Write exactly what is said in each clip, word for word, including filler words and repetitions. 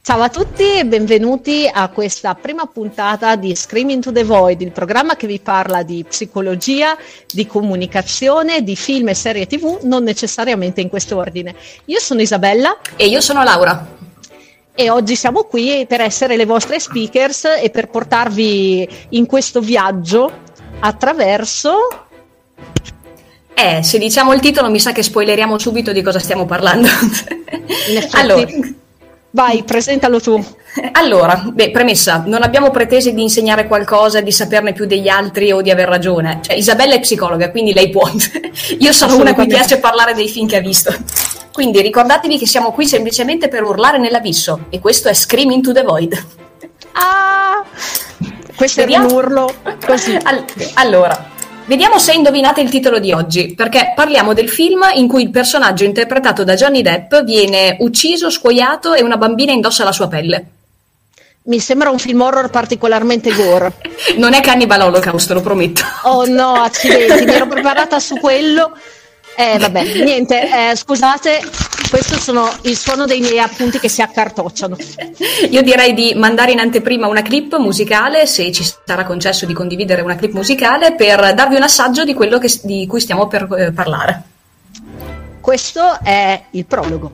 Ciao a tutti e benvenuti a questa prima puntata di Scream Into the Void, il programma che vi parla di psicologia, di comunicazione, di film e serie tivù, non necessariamente in quest'ordine. Io sono Isabella. E io sono Laura. E oggi siamo qui per essere le vostre speakers e per portarvi in questo viaggio attraverso... Eh, se diciamo il titolo mi sa che spoileriamo subito di cosa stiamo parlando. In effetti... Allora... Vai, presentalo tu. Allora, beh, premessa, non abbiamo pretese di insegnare qualcosa, di saperne più degli altri o di aver ragione. Cioè, Isabella è psicologa, quindi lei può. Io sono una a cui piace parlare dei film che ha visto. Quindi ricordatevi che siamo qui semplicemente per urlare nell'abisso, e questo è Scream Into the Void. Ah! Questo Vediamo? È un urlo così. All- allora... Vediamo se indovinate il titolo di oggi, perché parliamo del film in cui il personaggio interpretato da Johnny Depp viene ucciso, scuoiato e una bambina indossa la sua pelle. Mi sembra un film horror particolarmente gore. Non è Cannibal Holocaust, lo prometto. Oh no, accidenti, mi ero preparata su quello. Eh vabbè, niente, eh, scusate, questo sono il suono dei miei appunti che si accartocciano. Io direi di mandare in anteprima una clip musicale, se ci sarà concesso di condividere una clip musicale, per darvi un assaggio di quello che, di cui stiamo per eh, parlare. Questo è il prologo.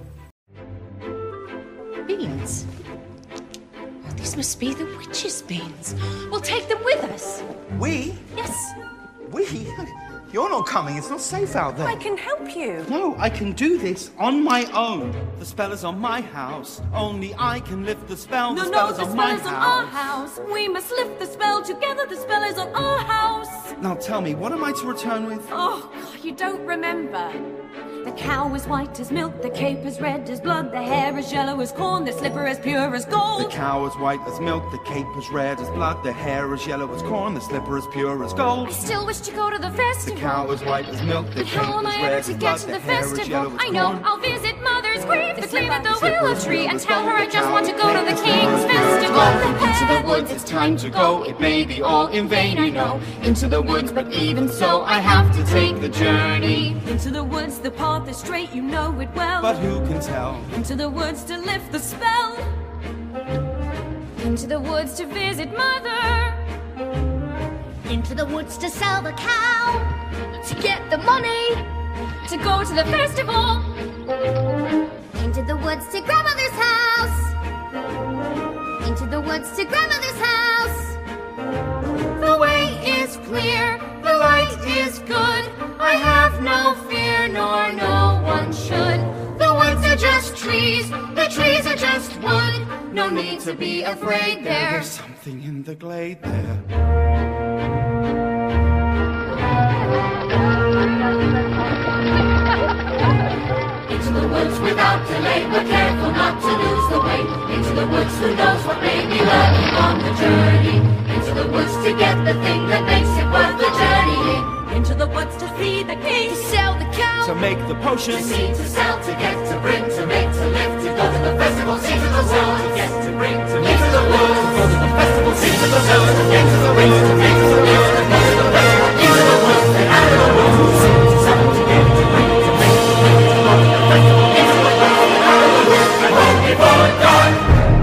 Beans. Oh, these must be the witches' beans. We'll take them with us. We? Yes. We? You're not coming, it's not safe out there. I can help you. No, I can do this on my own. The spell is on my house. Only I can lift the spell. No, the spell no, is the on spell my is on house. our house. We must lift the spell together. The spell is on our house. Now tell me, what am I to return with? Oh, God, you don't remember. The cow is white as milk, the cape is red as blood, the hair is yellow as corn, the slipper is pure as The gold. cow is white as milk, the cape is red as blood, the hair is yellow as corn, the slipper is pure as gold. I still wish to go to the The festival. cow is white as milk, the But cape how am is I ever red to as get blood, to the the hair is festival? yellow I as know, corn. I'll visit Mother's grave, the slave at the slipper willow is tree, pure and as tell her gold. I The just cow want to go to the is King's white as festival. milk. Into the woods, it's time to go. It may be all in vain, I know. Into the woods, but even so, I have to take the journey. Into the woods, the path is straight, you know it well. But who can tell? Into the woods to lift the spell. Into the woods to visit Mother. Into the woods to sell the cow, to get the money, To go to the festival. into the woods to grandmother's house, into the woods to grandmother's house. The way is clear, the light is good. I have no fear, nor no one should. The woods are just trees, the trees are just wood. No need to be afraid, There's there's something in the glade there. Into the woods without delay, but careful not to lose the way. Into the woods, who knows what may be lurking on the journey. Into the woods to get the thing that makes it worth the journey. Into the woods to see the king, To sell the cow, To make the to potions, see, to sell, to get, to bring, to make, to live, to go to the festival, see to the woods, to get, to bring, to make, to the woods, to go to the festival, see to the woods, to get, to the ring, to make, to live, to go to the festival, into the woods, and out of the woods, to see, to sell, to get, to bring, to make, to live, to go to the festival, into the woods, and out of the woods, and home before dawn.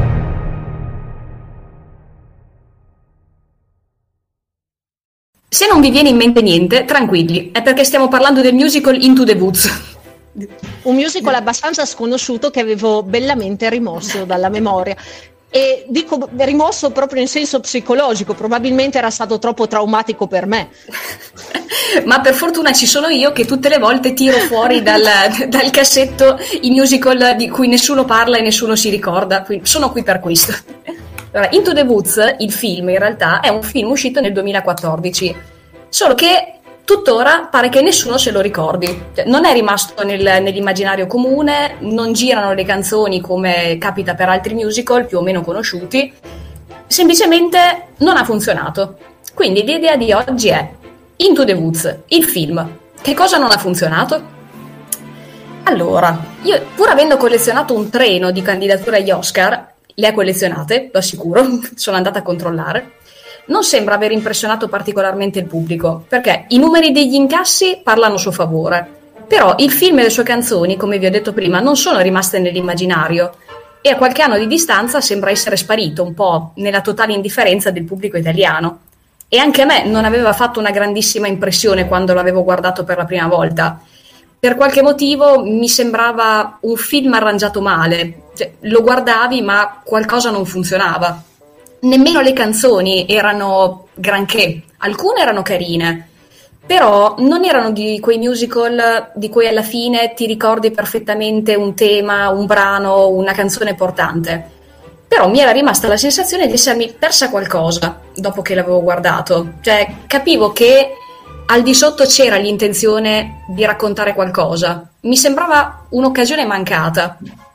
Se non vi viene in mente niente, tranquilli, è perché stiamo parlando del musical Into the Woods. Un musical abbastanza sconosciuto che avevo bellamente rimosso dalla memoria. E dico rimosso proprio in senso psicologico, probabilmente era stato troppo traumatico per me. Ma per fortuna ci sono io che tutte le volte tiro fuori dal, dal cassetto i musical di cui nessuno parla e nessuno si ricorda, quindi sono qui per questo. Allora, Into the Woods, il film, in realtà è un film uscito nel duemilaquattordici, solo che tuttora pare che nessuno se lo ricordi. Cioè, non è rimasto nel, nell'immaginario comune, non girano le canzoni come capita per altri musical più o meno conosciuti, semplicemente non ha funzionato. Quindi l'idea di oggi è Into the Woods, il film. Che cosa non ha funzionato? Allora, io pur avendo collezionato un treno di candidature agli Oscar, le ha collezionate, lo assicuro, sono andata a controllare, non sembra aver impressionato particolarmente il pubblico, perché i numeri degli incassi parlano a suo favore, però il film e le sue canzoni, come vi ho detto prima, non sono rimaste nell'immaginario, e a qualche anno di distanza sembra essere sparito un po' nella totale indifferenza del pubblico italiano. E anche a me non aveva fatto una grandissima impressione quando l'avevo guardato per la prima volta. Per qualche motivo mi sembrava un film arrangiato male, cioè, lo guardavi ma qualcosa non funzionava. Nemmeno le canzoni erano granché, alcune erano carine, però non erano di quei musical di cui alla fine ti ricordi perfettamente un tema, un brano, una canzone portante. Però mi era rimasta la sensazione di essermi persa qualcosa dopo che l'avevo guardato. Cioè, capivo che al di sotto c'era l'intenzione di raccontare qualcosa. Mi sembrava un'occasione mancata.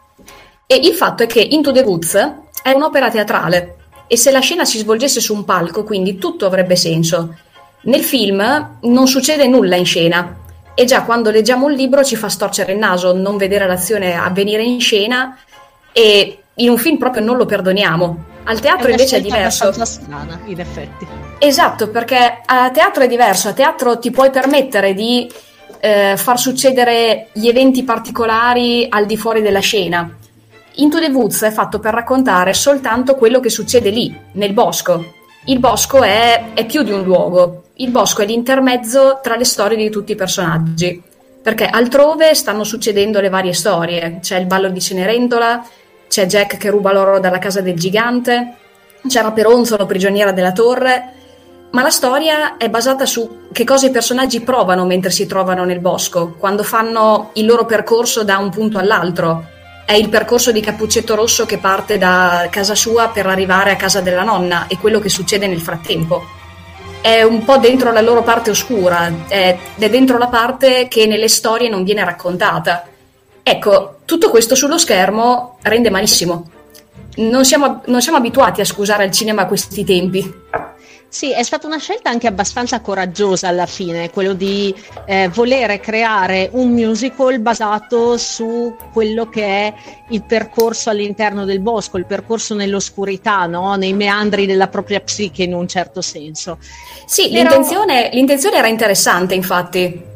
E il fatto è che Into the Woods è un'opera teatrale e se la scena si svolgesse su un palco, quindi tutto avrebbe senso. Nel film non succede nulla in scena e già quando leggiamo un libro ci fa storcere il naso non vedere l'azione avvenire in scena, e in un film proprio non lo perdoniamo. Al teatro è invece è diverso. È strana, in effetti. Esatto, perché a teatro è diverso. A teatro ti puoi permettere di eh, far succedere gli eventi particolari al di fuori della scena. Into the Woods è fatto per raccontare soltanto quello che succede lì, nel bosco. Il bosco è, è più di un luogo. Il bosco è l'intermezzo tra le storie di tutti i personaggi, perché altrove stanno succedendo le varie storie. C'è il ballo di Cenerentola, c'è Jack che ruba l'oro dalla casa del gigante, c'è Raperonzolo, prigioniera della torre, ma la storia è basata su che cosa i personaggi provano mentre si trovano nel bosco, quando fanno il loro percorso da un punto all'altro. È il percorso di Cappuccetto Rosso che parte da casa sua per arrivare a casa della nonna e quello che succede nel frattempo. È un po' dentro la loro parte oscura, è, è dentro la parte che nelle storie non viene raccontata. Ecco, tutto questo sullo schermo rende malissimo. Non siamo, non siamo abituati a scusare al cinema a questi tempi. Sì, è stata una scelta anche abbastanza coraggiosa alla fine, quello di eh, volere creare un musical basato su quello che è il percorso all'interno del bosco, il percorso nell'oscurità, no? Nei meandri della propria psiche in un certo senso. Sì, Però... l'intenzione, l'intenzione era interessante, infatti.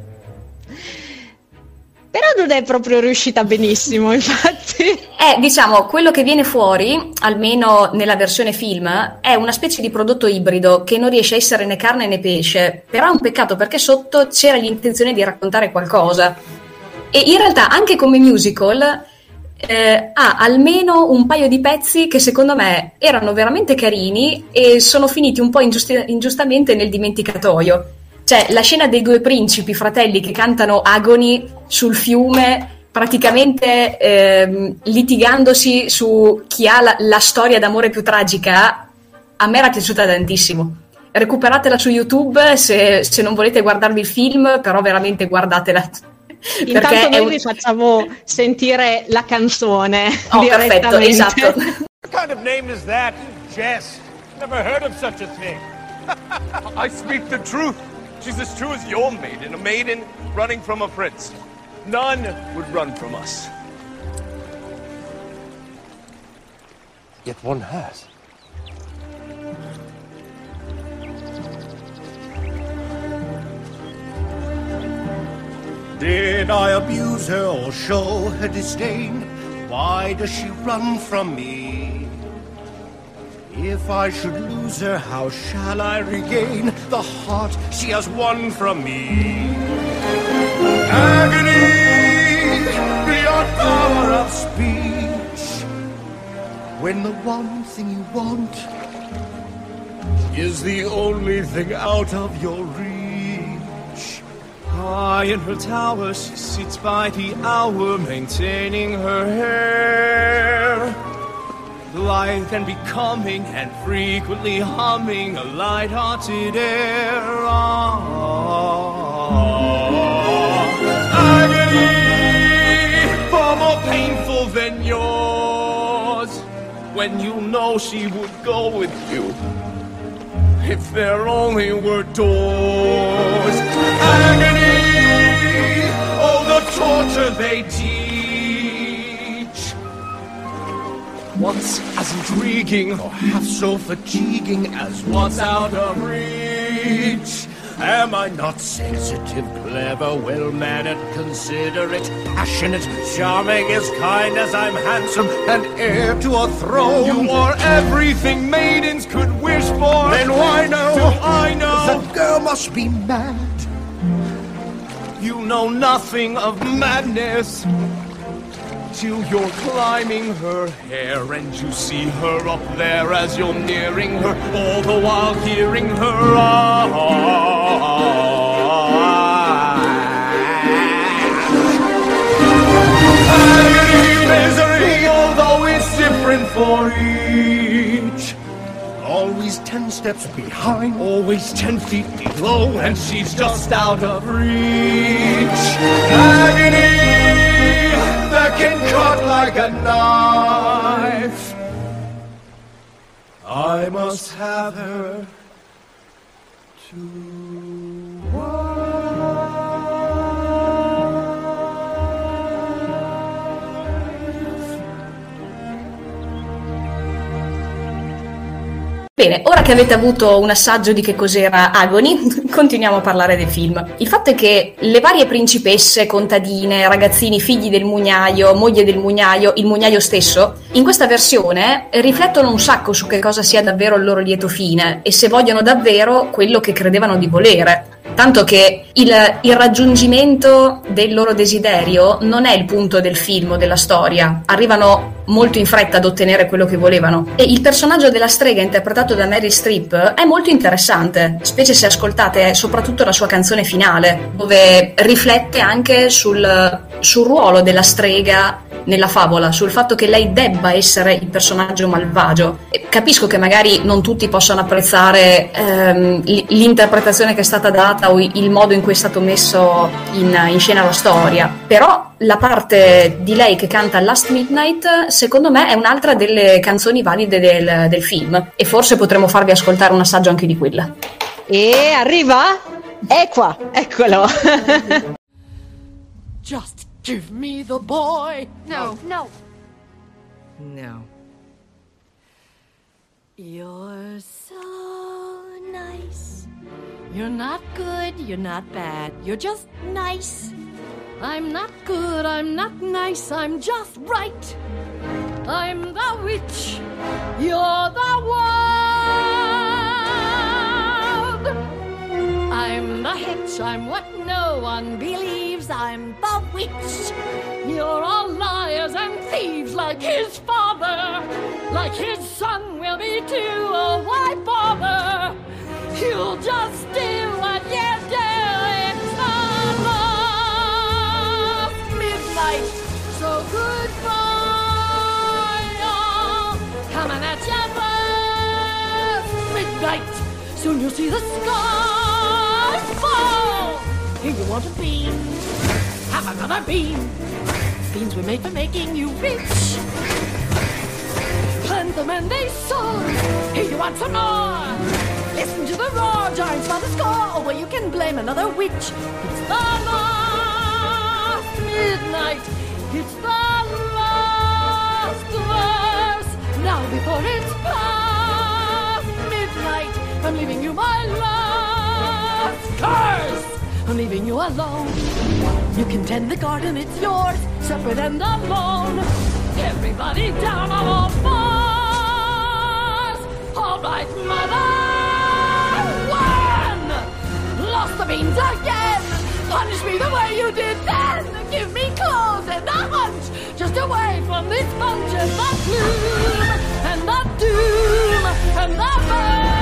Però non è proprio riuscita benissimo, infatti. Eh, diciamo, quello che viene fuori, almeno nella versione film, è una specie di prodotto ibrido che non riesce a essere né carne né pesce, però è un peccato perché sotto c'era l'intenzione di raccontare qualcosa. E in realtà anche come musical eh, ha almeno un paio di pezzi che secondo me erano veramente carini e sono finiti un po' ingiusti- ingiustamente nel dimenticatoio. Cioè, la scena dei due principi fratelli che cantano Agony sul fiume, praticamente ehm, litigandosi su chi ha la, la storia d'amore più tragica, a me era piaciuta tantissimo. Recuperatela su YouTube se, se non volete guardarvi il film, però veramente guardatela. Intanto noi un... vi facciamo sentire la canzone. Oh, perfetto, esatto. What kind of name is that? Jess. Never heard of such a thing. I speak the truth. She's as true as your maiden, a maiden running from a prince. None would run from us. Yet one has. Did I abuse her or show her disdain? Why does she run from me? If I should lose her, how shall I regain the heart she has won from me? Agony beyond power of speech, when the one thing you want is the only thing out of your reach. High in her tower, she sits by the hour, maintaining her hair. Lithe and becoming, and frequently humming a light-hearted air. Ah, agony, far more painful than yours, when you know she would go with you if there only were doors. Agony, oh, the torture they teach. What's as intriguing or half so fatiguing as what's out of reach? Am I not sensitive, clever, well-mannered, considerate, passionate, charming, as kind as I'm handsome, and heir to a throne? You are everything maidens could wish for. Then why no? Do I know? The girl must be mad. You know nothing of madness till you're climbing her hair and you see her up there as you're nearing her, all the while hearing her agony, misery, although it's different for each. Always ten steps behind, always ten feet below, and she's just out of reach. Agony that can cut like a knife. I must have her to wife. Bene, ora che avete avuto un assaggio di che cos'era Agony, continuiamo a parlare del film. Il fatto è che le varie principesse, contadine, ragazzini, figli del mugnaio, moglie del mugnaio, il mugnaio stesso, in questa versione riflettono un sacco su che cosa sia davvero il loro lieto fine e se vogliono davvero quello che credevano di volere. Tanto che il, il raggiungimento del loro desiderio non è il punto del film o della storia. Arrivano molto in fretta ad ottenere quello che volevano. E il personaggio della strega interpretato da Meryl Streep è molto interessante, specie se ascoltate soprattutto la sua canzone finale, dove riflette anche sul, sul ruolo della strega nella favola, sul fatto che lei debba essere il personaggio malvagio. E capisco che magari non tutti possano apprezzare ehm, l'interpretazione che è stata data o il modo in cui è stato messo in, in scena la storia, però la parte di lei che canta Last Midnight secondo me è un'altra delle canzoni valide del, del film e forse potremmo farvi ascoltare un assaggio anche di quella. E arriva? È qua, eccolo. Just give me the boy. No, no. No. You're so nice. You're not good, you're not bad, you're just nice. I'm not good, I'm not nice, I'm just right. I'm the witch, you're the world. I'm the hitch, I'm what no one believes, I'm the witch. You're all liars and thieves like his father, like his son will be too, oh why bother? You'll just do what you do, it's the last midnight, so goodbye, all coming at you first midnight, soon you'll see the sky fall. Here you want a bean, have another bean, beans were made for making you rich, plant them and they soar, here you want some more. Listen to the roar, giants by the score. Oh, well, you can blame another witch. It's the last midnight. It's the last verse. Now before it's past midnight, I'm leaving you my last curse. I'm leaving you alone. You can tend the garden, it's yours, separate and alone. Everybody down on all fours. All right, mother. Lost the beans again. Punish me the way you did then. Give me clothes and a hunch, just away from this bunch of the gloom and the doom and the burn.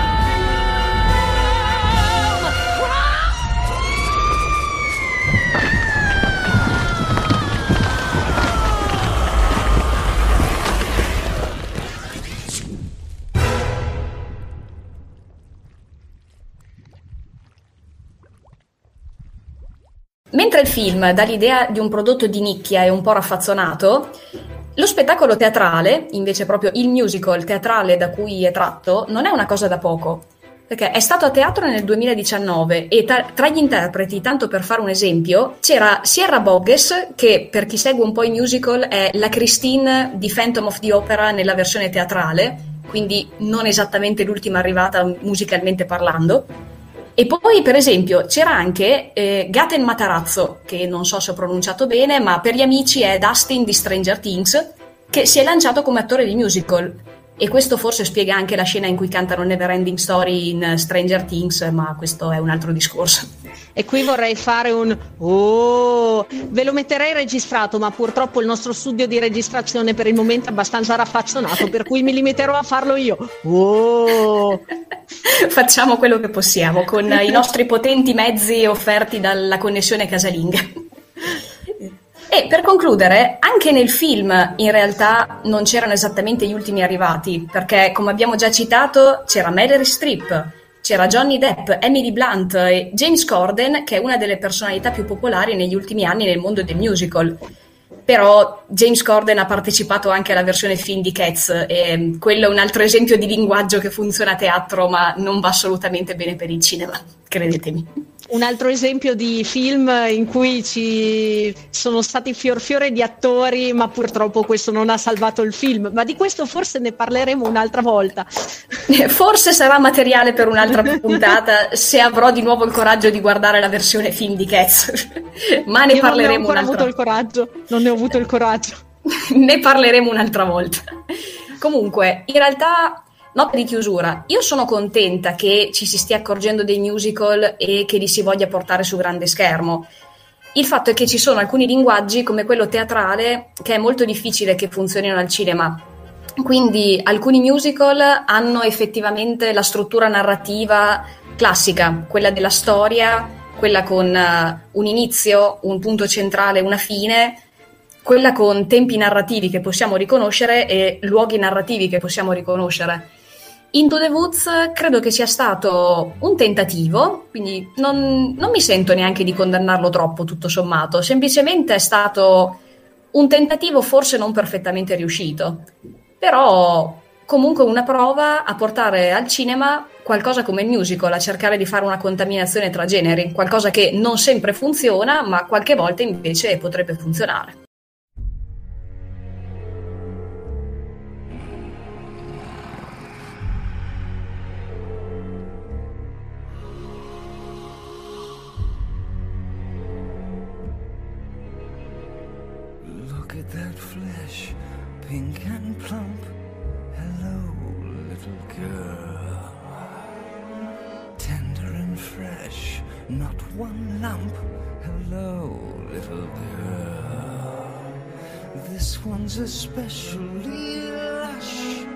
Mentre il film dà l'idea di un prodotto di nicchia e un po' raffazzonato, lo spettacolo teatrale, invece proprio il musical teatrale da cui è tratto, non è una cosa da poco, perché è stato a teatro nel duemiladiciannove e tra, tra gli interpreti, tanto per fare un esempio, c'era Sierra Boggess, che per chi segue un po' i musical è la Christine di Phantom of the Opera nella versione teatrale, quindi non esattamente l'ultima arrivata musicalmente parlando. E poi, per esempio, c'era anche eh, Gaten Matarazzo, che non so se ho pronunciato bene, ma per gli amici è Dustin di Stranger Things, che si è lanciato come attore di musical. E questo forse spiega anche la scena in cui cantano Neverending Story in Stranger Things, ma questo è un altro discorso. E qui vorrei fare un oh, ve lo metterei registrato, ma purtroppo il nostro studio di registrazione per il momento è abbastanza raffazzonato, per cui mi limiterò a farlo io. Oh. Facciamo quello che possiamo con i nostri potenti mezzi offerti dalla connessione casalinga. E per concludere, anche nel film in realtà non c'erano esattamente gli ultimi arrivati, perché come abbiamo già citato c'era Meryl Streep, c'era Johnny Depp, Emily Blunt e James Corden, che è una delle personalità più popolari negli ultimi anni nel mondo del musical. Però James Corden ha partecipato anche alla versione film di Cats, e quello è un altro esempio di linguaggio che funziona a teatro ma non va assolutamente bene per il cinema, credetemi. Un altro esempio di film in cui ci sono stati fior fiore di attori, ma purtroppo questo non ha salvato il film, ma di questo forse ne parleremo un'altra volta. Forse sarà materiale per un'altra puntata, se avrò di nuovo il coraggio di guardare la versione film di Cats, ma ne Io parleremo non ne ho ancora un'altra avuto il coraggio, non ne ho avuto il coraggio. Ne parleremo un'altra volta. Comunque, in realtà, nota di chiusura, io sono contenta che ci si stia accorgendo dei musical e che li si voglia portare su grande schermo. Il fatto è che ci sono alcuni linguaggi, come quello teatrale, che è molto difficile che funzionino al cinema. Quindi alcuni musical hanno effettivamente la struttura narrativa classica, quella della storia, quella con uh, un inizio, un punto centrale, una fine, quella con tempi narrativi che possiamo riconoscere e luoghi narrativi che possiamo riconoscere. Into the Woods credo che sia stato un tentativo, quindi non, non mi sento neanche di condannarlo troppo, tutto sommato, semplicemente è stato un tentativo forse non perfettamente riuscito, però comunque una prova a portare al cinema qualcosa come il musical, a cercare di fare una contaminazione tra generi, qualcosa che non sempre funziona, ma qualche volta invece potrebbe funzionare. That flesh, pink and plump. Hello, little girl. Tender and fresh, not one lump. Hello, little girl. This one's especially lush,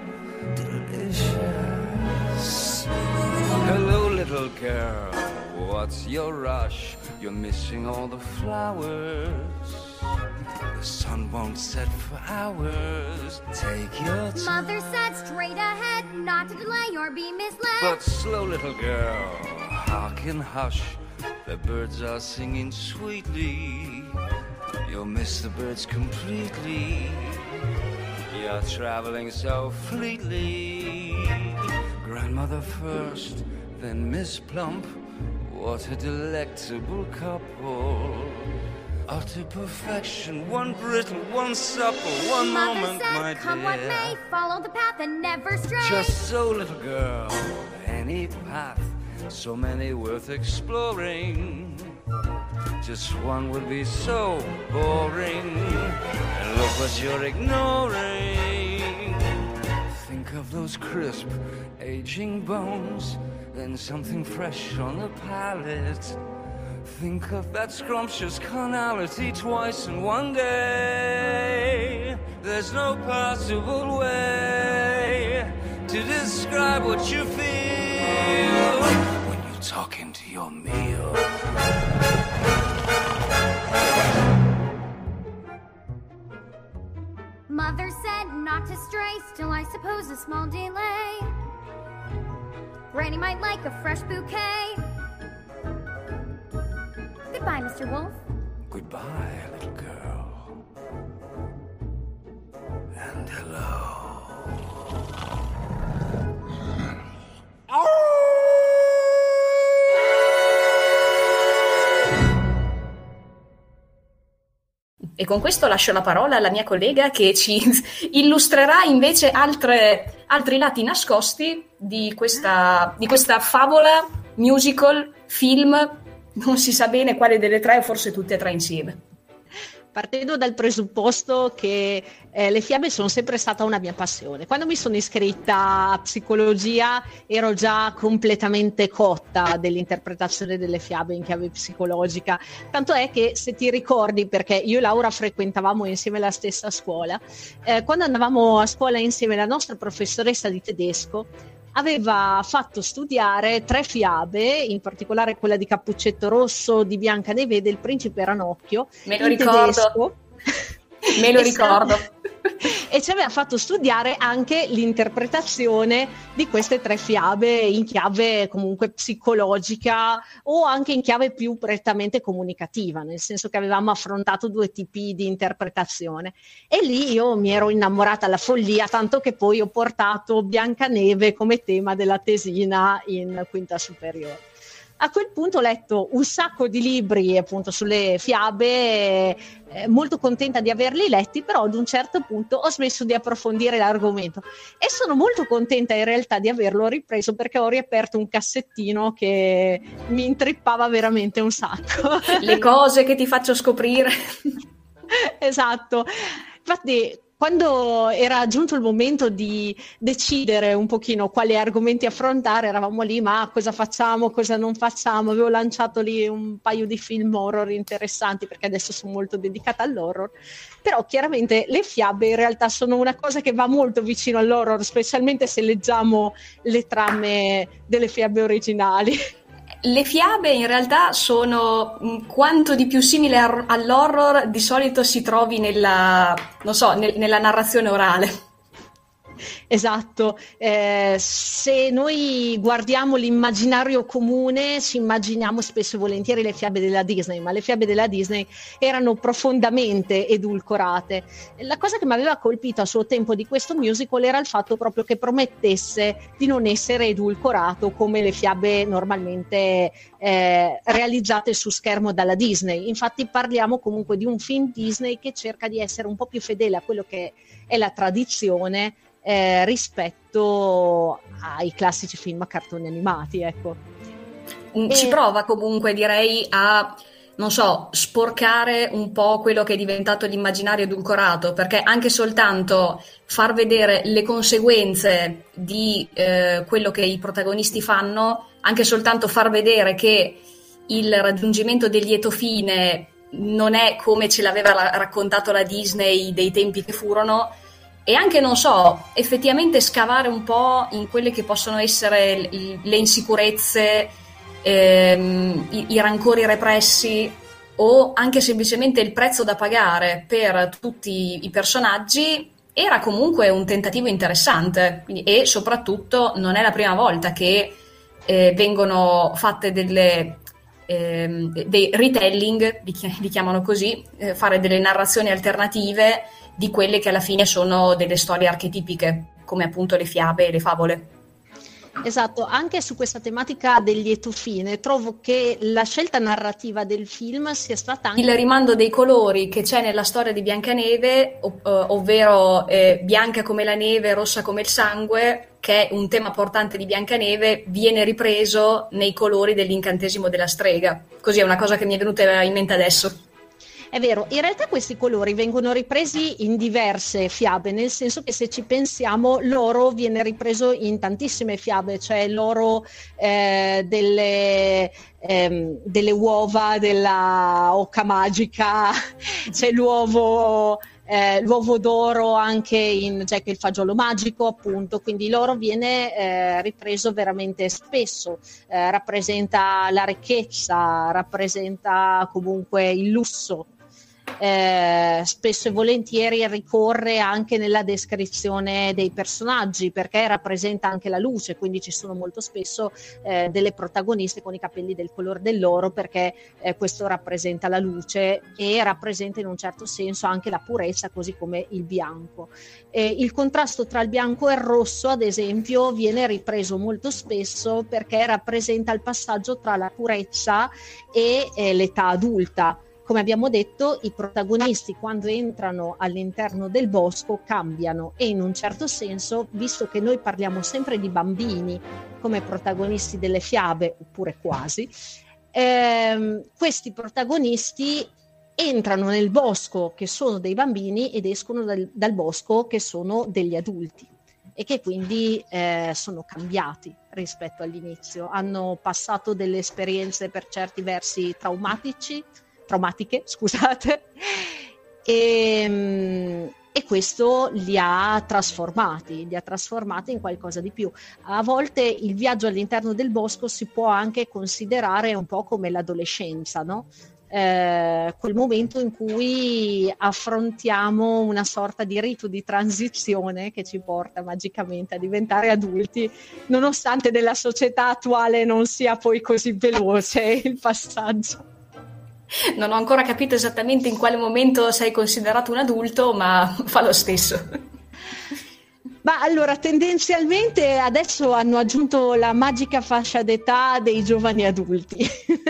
delicious. Hello, little girl. What's your rush? You're missing all the flowers. The sun won't set for hours. Take your time. Mother said straight ahead, not to delay or be misled. But slow, little girl, hearken, hush. The birds are singing sweetly. You'll miss the birds completely. You're traveling so fleetly. Grandmother first, then Miss Plump. What a delectable couple. Utter perfection, one brittle, one supple, one Mother moment, said, my come dear. what may, follow the path and never stray. Just so, little girl, any path, so many worth exploring. Just one would be so boring, and look what you're ignoring. Think of those crisp, aging bones, then something fresh on the palate. Think of that scrumptious carnality twice in one day. There's no possible way to describe what you feel when you're talking to your meal. Mother said not to stray, still I suppose a small delay. Granny might like a fresh bouquet. Goodbye, Mister Wolf. Goodbye, little girl. And hello. E con questo lascio la parola alla mia collega che ci illustrerà invece altre, altri lati nascosti di questa, di questa favola musical, film, non si sa bene quale delle tre o forse tutte e tre insieme. Partendo dal presupposto che eh, le fiabe sono sempre stata una mia passione. Quando mi sono iscritta a psicologia ero già completamente cotta dell'interpretazione delle fiabe in chiave psicologica. Tanto è che, se ti ricordi, perché io e Laura frequentavamo insieme la stessa scuola, eh, quando andavamo a scuola insieme, la nostra professoressa di tedesco aveva fatto studiare tre fiabe, in particolare quella di Cappuccetto Rosso, di Biancaneve e del Principe Ranocchio. Me lo ricordo. Me lo ricordo. E ci aveva fatto studiare anche l'interpretazione di queste tre fiabe in chiave comunque psicologica o anche in chiave più prettamente comunicativa, nel senso che avevamo affrontato due tipi di interpretazione. E lì io mi ero innamorata alla follia, tanto che poi ho portato Biancaneve come tema della tesina in quinta superiore. A quel punto ho letto un sacco di libri appunto sulle fiabe, eh, molto contenta di averli letti, però ad un certo punto ho smesso di approfondire l'argomento e sono molto contenta in realtà di averlo ripreso, perché ho riaperto un cassettino che mi intrippava veramente un sacco. Le cose che ti faccio scoprire. Esatto, infatti quando era giunto il momento di decidere un pochino quali argomenti affrontare, eravamo lì, ma cosa facciamo, cosa non facciamo? Avevo lanciato lì un paio di film horror interessanti, perché adesso sono molto dedicata all'horror, però chiaramente le fiabe in realtà sono una cosa che va molto vicino all'horror, specialmente se leggiamo le trame delle fiabe originali. Le fiabe in realtà sono quanto di più simile all'horror di solito si trovi nella, non so, nel, nella narrazione orale. Esatto, eh, se noi guardiamo l'immaginario comune ci immaginiamo spesso e volentieri le fiabe della Disney, ma le fiabe della Disney erano profondamente edulcorate. La cosa che mi aveva colpito a suo tempo di questo musical era il fatto proprio che promettesse di non essere edulcorato come le fiabe normalmente eh, realizzate su schermo dalla Disney. Infatti parliamo comunque di un film Disney che cerca di essere un po' più fedele a quello che è la tradizione Eh, rispetto ai classici film a cartoni animati, ecco. Ci e... prova comunque, direi, a, non so, sporcare un po' quello che è diventato l'immaginario edulcorato, perché anche soltanto far vedere le conseguenze di eh, quello che i protagonisti fanno, anche soltanto far vedere che il raggiungimento del lieto fine non è come ce l'aveva la- raccontato la Disney dei tempi che furono, e anche, non so, effettivamente scavare un po' in quelle che possono essere l- le insicurezze, ehm, i-, i rancori repressi o anche semplicemente il prezzo da pagare per tutti i personaggi, era comunque un tentativo interessante. Quindi, e soprattutto non è la prima volta che eh, vengono fatte delle ehm, dei retelling, li, chi- li chiamano così, eh, fare delle narrazioni alternative di quelle che alla fine sono delle storie archetipiche, come appunto le fiabe e le favole. Esatto, anche su questa tematica del lieto fine trovo che la scelta narrativa del film sia stata anche il rimando dei colori che c'è nella storia di Biancaneve, ov- ovvero eh, bianca come la neve, rossa come il sangue, che è un tema portante di Biancaneve, viene ripreso nei colori dell'incantesimo della strega. Così è una cosa che mi è venuta in mente adesso. È vero, in realtà questi colori vengono ripresi in diverse fiabe, nel senso che se ci pensiamo l'oro viene ripreso in tantissime fiabe, cioè l'oro eh, delle, ehm, delle uova della oca magica, c'è l'uovo... Eh, l'uovo d'oro anche in Jack e il fagiolo magico, appunto, quindi l'oro viene eh, ripreso veramente spesso, eh, rappresenta la ricchezza, rappresenta comunque il lusso. Eh, spesso e volentieri ricorre anche nella descrizione dei personaggi, perché rappresenta anche la luce, quindi ci sono molto spesso eh, delle protagoniste con i capelli del colore dell'oro, perché eh, questo rappresenta la luce e rappresenta in un certo senso anche la purezza, così come il bianco. Eh, il contrasto tra il bianco e il rosso, ad esempio, viene ripreso molto spesso perché rappresenta il passaggio tra la purezza e eh, l'età adulta. come abbiamo detto, i protagonisti quando entrano all'interno del bosco cambiano, e in un certo senso, visto che noi parliamo sempre di bambini come protagonisti delle fiabe, oppure quasi, ehm, questi protagonisti entrano nel bosco che sono dei bambini ed escono dal, dal bosco che sono degli adulti, e che quindi eh, sono cambiati rispetto all'inizio, hanno passato delle esperienze per certi versi traumatici, traumatiche, scusate, e, e questo li ha trasformati, li ha trasformati in qualcosa di più. A volte il viaggio all'interno del bosco si può anche considerare un po' come l'adolescenza, no? Eh, quel momento in cui affrontiamo una sorta di rito di transizione che ci porta magicamente a diventare adulti, nonostante nella società attuale non sia poi così veloce il passaggio. Non ho ancora capito esattamente in quale momento sei considerato un adulto, ma fa lo stesso. Ma allora, tendenzialmente adesso hanno aggiunto la magica fascia d'età dei giovani adulti.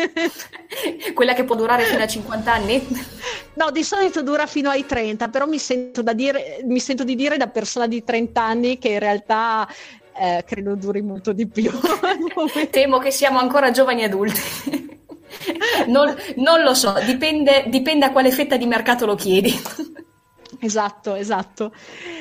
Quella che può durare fino a cinquanta anni? No, di solito dura fino ai trenta, però mi sento, da dire, mi sento di dire da persona di trenta anni che in realtà eh, credo duri molto di più. Temo che siamo ancora giovani adulti. Non, non lo so, dipende, dipende a quale fetta di mercato lo chiedi. Esatto, esatto.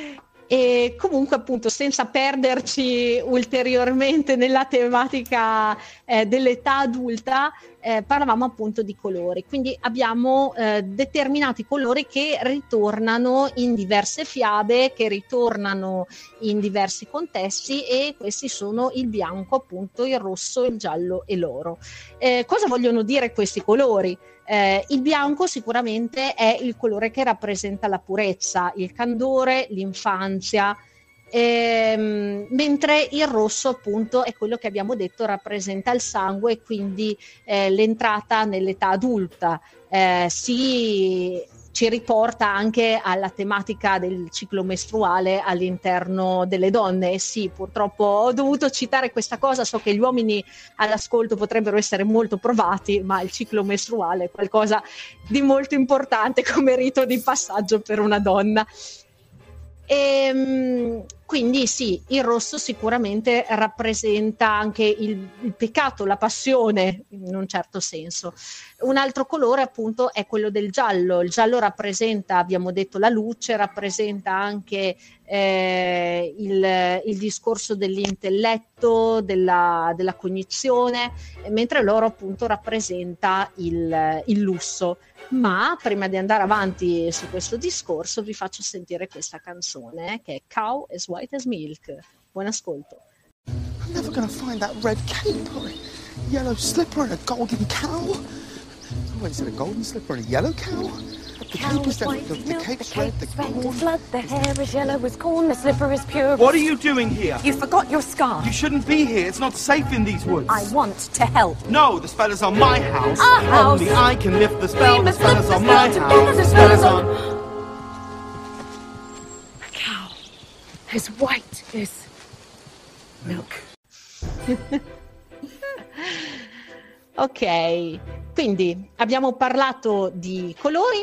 E comunque, appunto, senza perderci ulteriormente nella tematica eh, dell'età adulta, eh, parlavamo appunto di colori. Quindi abbiamo eh, determinati colori che ritornano in diverse fiabe, che ritornano in diversi contesti, e questi sono il bianco, appunto, il rosso, il giallo e l'oro. Eh, cosa vogliono dire questi colori? Eh, il bianco sicuramente è il colore che rappresenta la purezza, il candore, l'infanzia, ehm, mentre il rosso, appunto, è quello che abbiamo detto rappresenta il sangue, e quindi eh, l'entrata nell'età adulta. Eh, si ci riporta anche alla tematica del ciclo mestruale all'interno delle donne. E sì, purtroppo ho dovuto citare questa cosa, so che gli uomini all'ascolto potrebbero essere molto provati, ma il ciclo mestruale è qualcosa di molto importante come rito di passaggio per una donna. E, quindi sì, il rosso sicuramente rappresenta anche il, il peccato, la passione, in un certo senso. Un altro colore, appunto, è quello del giallo. Il giallo rappresenta, abbiamo detto, la luce, rappresenta anche eh, il, il discorso dell'intelletto, della, della cognizione, mentre l'oro, appunto, rappresenta il, il lusso. Ma prima di andare avanti su questo discorso vi faccio sentire questa canzone eh, che è Cow as White as Milk. Buon ascolto. I'm never gonna find that red cape or a yellow slipper and a golden cow. Oh, is it a golden slipper and a yellow cow? The cape is white, the, the cape's red, the corn. Blood, the hair is yellow as corn, the slipper is pure. What are you doing here? You forgot your scarf. You shouldn't be here. It's not safe in these woods. I want to help. No, the spell is on my house. Our house. Only I can lift the spell. We The must spell lift is the on spell my together. house. The The spell spell is is on- on. A cow as white as milk. Ok, quindi abbiamo parlato di colori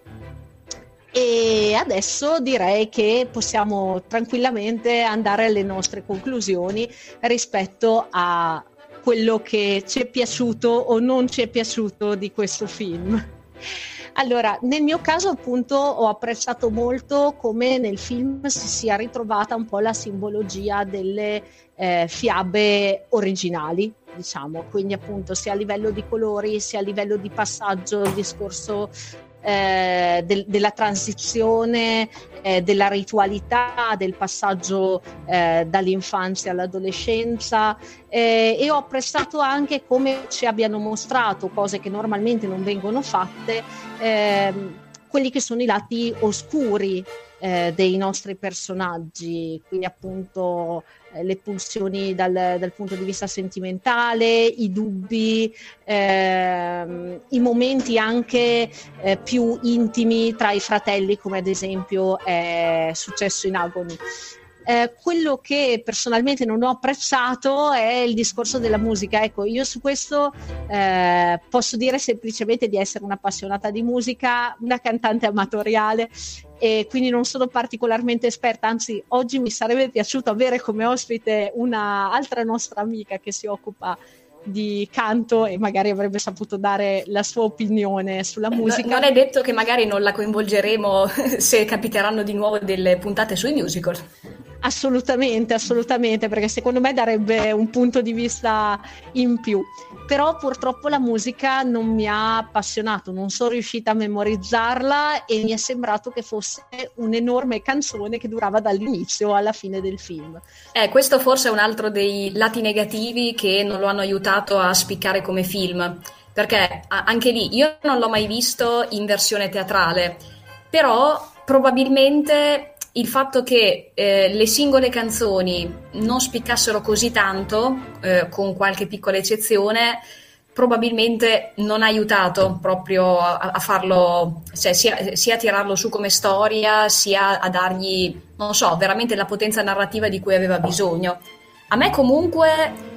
e adesso direi che possiamo tranquillamente andare alle nostre conclusioni rispetto a quello che ci è piaciuto o non ci è piaciuto di questo film. Allora, nel mio caso, appunto, ho apprezzato molto come nel film si sia ritrovata un po' la simbologia delle eh, fiabe originali, diciamo, quindi appunto sia a livello di colori sia a livello di passaggio, il discorso eh, del, della transizione, eh, della ritualità, del passaggio eh, dall'infanzia all'adolescenza, eh, e ho apprezzato anche come ci abbiano mostrato cose che normalmente non vengono fatte, eh, quelli che sono i lati oscuri eh, dei nostri personaggi, quindi appunto eh, le pulsioni dal, dal punto di vista sentimentale, i dubbi, ehm, i momenti anche eh, più intimi tra i fratelli, come ad esempio è successo in Agony. Eh, quello che personalmente non ho apprezzato è il discorso della musica. Ecco, io su questo eh, posso dire semplicemente di essere un'appassionata di musica, una cantante amatoriale, e quindi non sono particolarmente esperta, anzi oggi mi sarebbe piaciuto avere come ospite una altra nostra amica che si occupa di canto e magari avrebbe saputo dare la sua opinione sulla musica. Non è detto che magari non la coinvolgeremo se capiteranno di nuovo delle puntate sui musical. Assolutamente, assolutamente, perché secondo me darebbe un punto di vista in più. Però purtroppo la musica non mi ha appassionato, non sono riuscita a memorizzarla e mi è sembrato che fosse un'enorme canzone che durava dall'inizio alla fine del film. Eh, questo forse è un altro dei lati negativi che non lo hanno aiutato a spiccare come film, perché anche lì io non l'ho mai visto in versione teatrale, però probabilmente il fatto che eh, le singole canzoni non spiccassero così tanto, eh, con qualche piccola eccezione, probabilmente non ha aiutato proprio a, a farlo, cioè sia, sia a tirarlo su come storia, sia a dargli, non so, veramente la potenza narrativa di cui aveva bisogno. A me comunque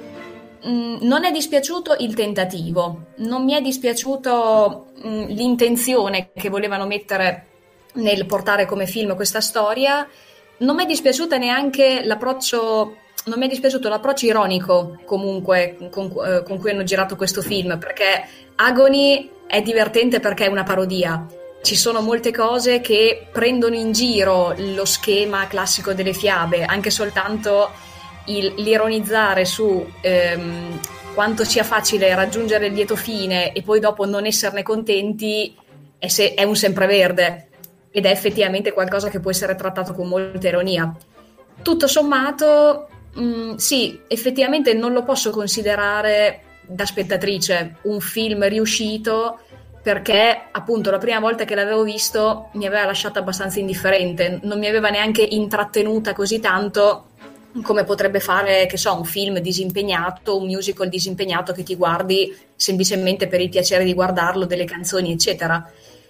mh, non è dispiaciuto il tentativo, non mi è dispiaciuto mh, l'intenzione che volevano mettere nel portare come film questa storia, non mi è dispiaciuta neanche l'approccio, non mi è dispiaciuto l'approccio ironico comunque con, eh, con cui hanno girato questo film, perché Agony è divertente perché è una parodia, ci sono molte cose che prendono in giro lo schema classico delle fiabe, anche soltanto il, l'ironizzare su ehm, quanto sia facile raggiungere il lieto fine e poi dopo non esserne contenti è, se, è un sempreverde. Ed è effettivamente qualcosa che può essere trattato con molta ironia. Tutto sommato, mh, sì, effettivamente non lo posso considerare da spettatrice un film riuscito, perché appunto la prima volta che l'avevo visto mi aveva lasciato abbastanza indifferente, non mi aveva neanche intrattenuta così tanto come potrebbe fare, che so, un film disimpegnato, un musical disimpegnato che ti guardi semplicemente per il piacere di guardarlo, delle canzoni eccetera.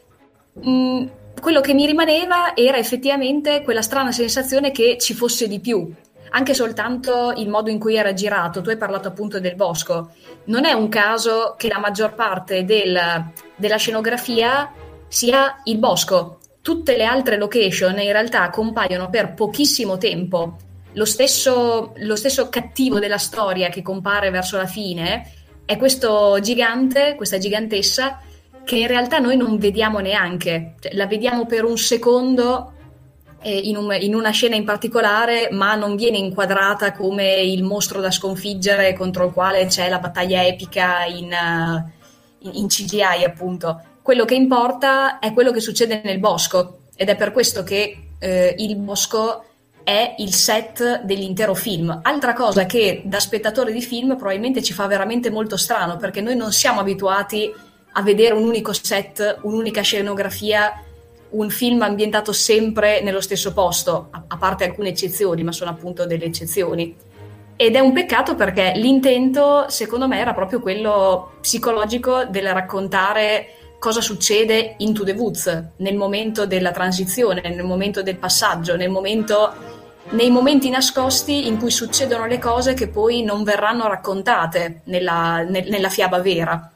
Mm, quello che mi rimaneva era effettivamente quella strana sensazione che ci fosse di più, anche soltanto il modo in cui era girato. Tu hai parlato appunto del bosco, non è un caso che la maggior parte del, della scenografia sia il bosco, tutte le altre location in realtà compaiono per pochissimo tempo. Lo stesso, lo stesso cattivo della storia che compare verso la fine è questo gigante, questa gigantessa, che in realtà noi non vediamo neanche, cioè, la vediamo per un secondo eh, in, un, in una scena in particolare, ma non viene inquadrata come il mostro da sconfiggere contro il quale c'è la battaglia epica in, uh, in C G I appunto. Quello che importa è quello che succede nel bosco, ed è per questo che eh, il bosco è il set dell'intero film. Altra cosa che da spettatore di film probabilmente ci fa veramente molto strano, perché noi non siamo abituati a vedere un unico set, un'unica scenografia, un film ambientato sempre nello stesso posto, a, a parte alcune eccezioni, ma sono appunto delle eccezioni. Ed è un peccato, perché l'intento, secondo me, era proprio quello psicologico del raccontare cosa succede into the woods, nel momento della transizione, nel momento del passaggio, nel momento, nei momenti nascosti in cui succedono le cose che poi non verranno raccontate nella, nel, nella fiaba vera.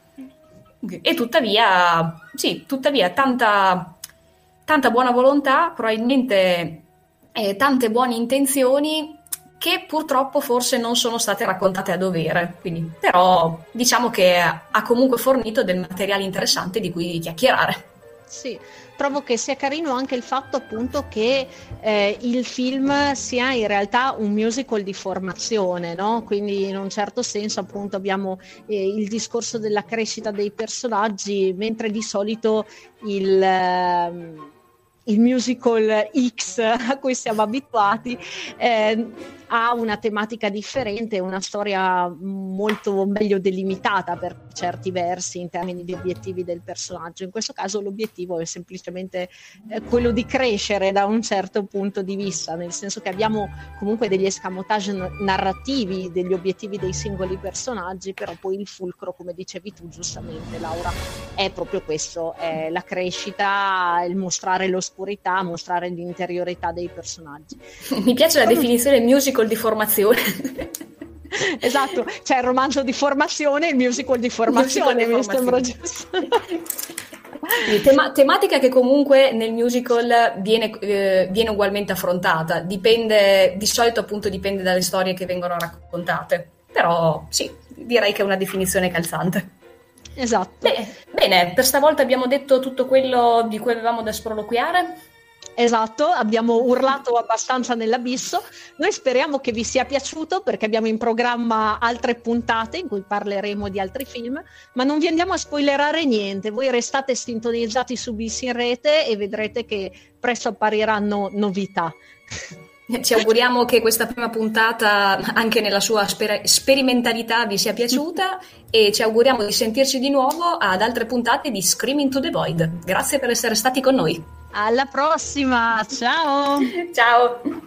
E tuttavia, sì, tuttavia tanta, tanta buona volontà, probabilmente eh, tante buone intenzioni che purtroppo forse non sono state raccontate a dovere. Quindi, però diciamo che ha comunque fornito del materiale interessante di cui chiacchierare. Sì, trovo che sia carino anche il fatto appunto che eh, il film sia in realtà un musical di formazione, no? Quindi in un certo senso appunto abbiamo eh, il discorso della crescita dei personaggi, mentre di solito il... Eh, il musical X a cui siamo abituati eh, ha una tematica differente, una storia molto meglio delimitata per certi versi in termini di obiettivi del personaggio. In questo caso l'obiettivo è semplicemente eh, quello di crescere da un certo punto di vista, nel senso che abbiamo comunque degli escamotage narrativi degli obiettivi dei singoli personaggi, però poi il fulcro, come dicevi tu giustamente Laura, è proprio questo, è la crescita, il mostrare l'oscurità, mostrare l'interiorità dei personaggi. Mi piace la definizione musical di formazione. Esatto, c'è il romanzo di formazione e il musical di formazione, Musical di mi formazione. sembra giusto. Tema- tematica che comunque nel musical viene, eh, viene ugualmente affrontata, dipende, di solito appunto dipende dalle storie che vengono raccontate, però sì, direi che è una definizione calzante. Esatto. Beh, bene, per stavolta abbiamo detto tutto quello di cui avevamo da sproloquiare. Esatto, abbiamo urlato abbastanza nell'abisso. Noi speriamo che vi sia piaciuto, perché abbiamo in programma altre puntate in cui parleremo di altri film, ma non vi andiamo a spoilerare niente. Voi restate sintonizzati su Bis in Rete e vedrete che presto appariranno novità. Ci auguriamo che questa prima puntata, anche nella sua sper- sperimentalità, vi sia piaciuta e ci auguriamo di sentirci di nuovo ad altre puntate di Scream Into the Void. Grazie per essere stati con noi. Alla prossima, ciao! Ciao!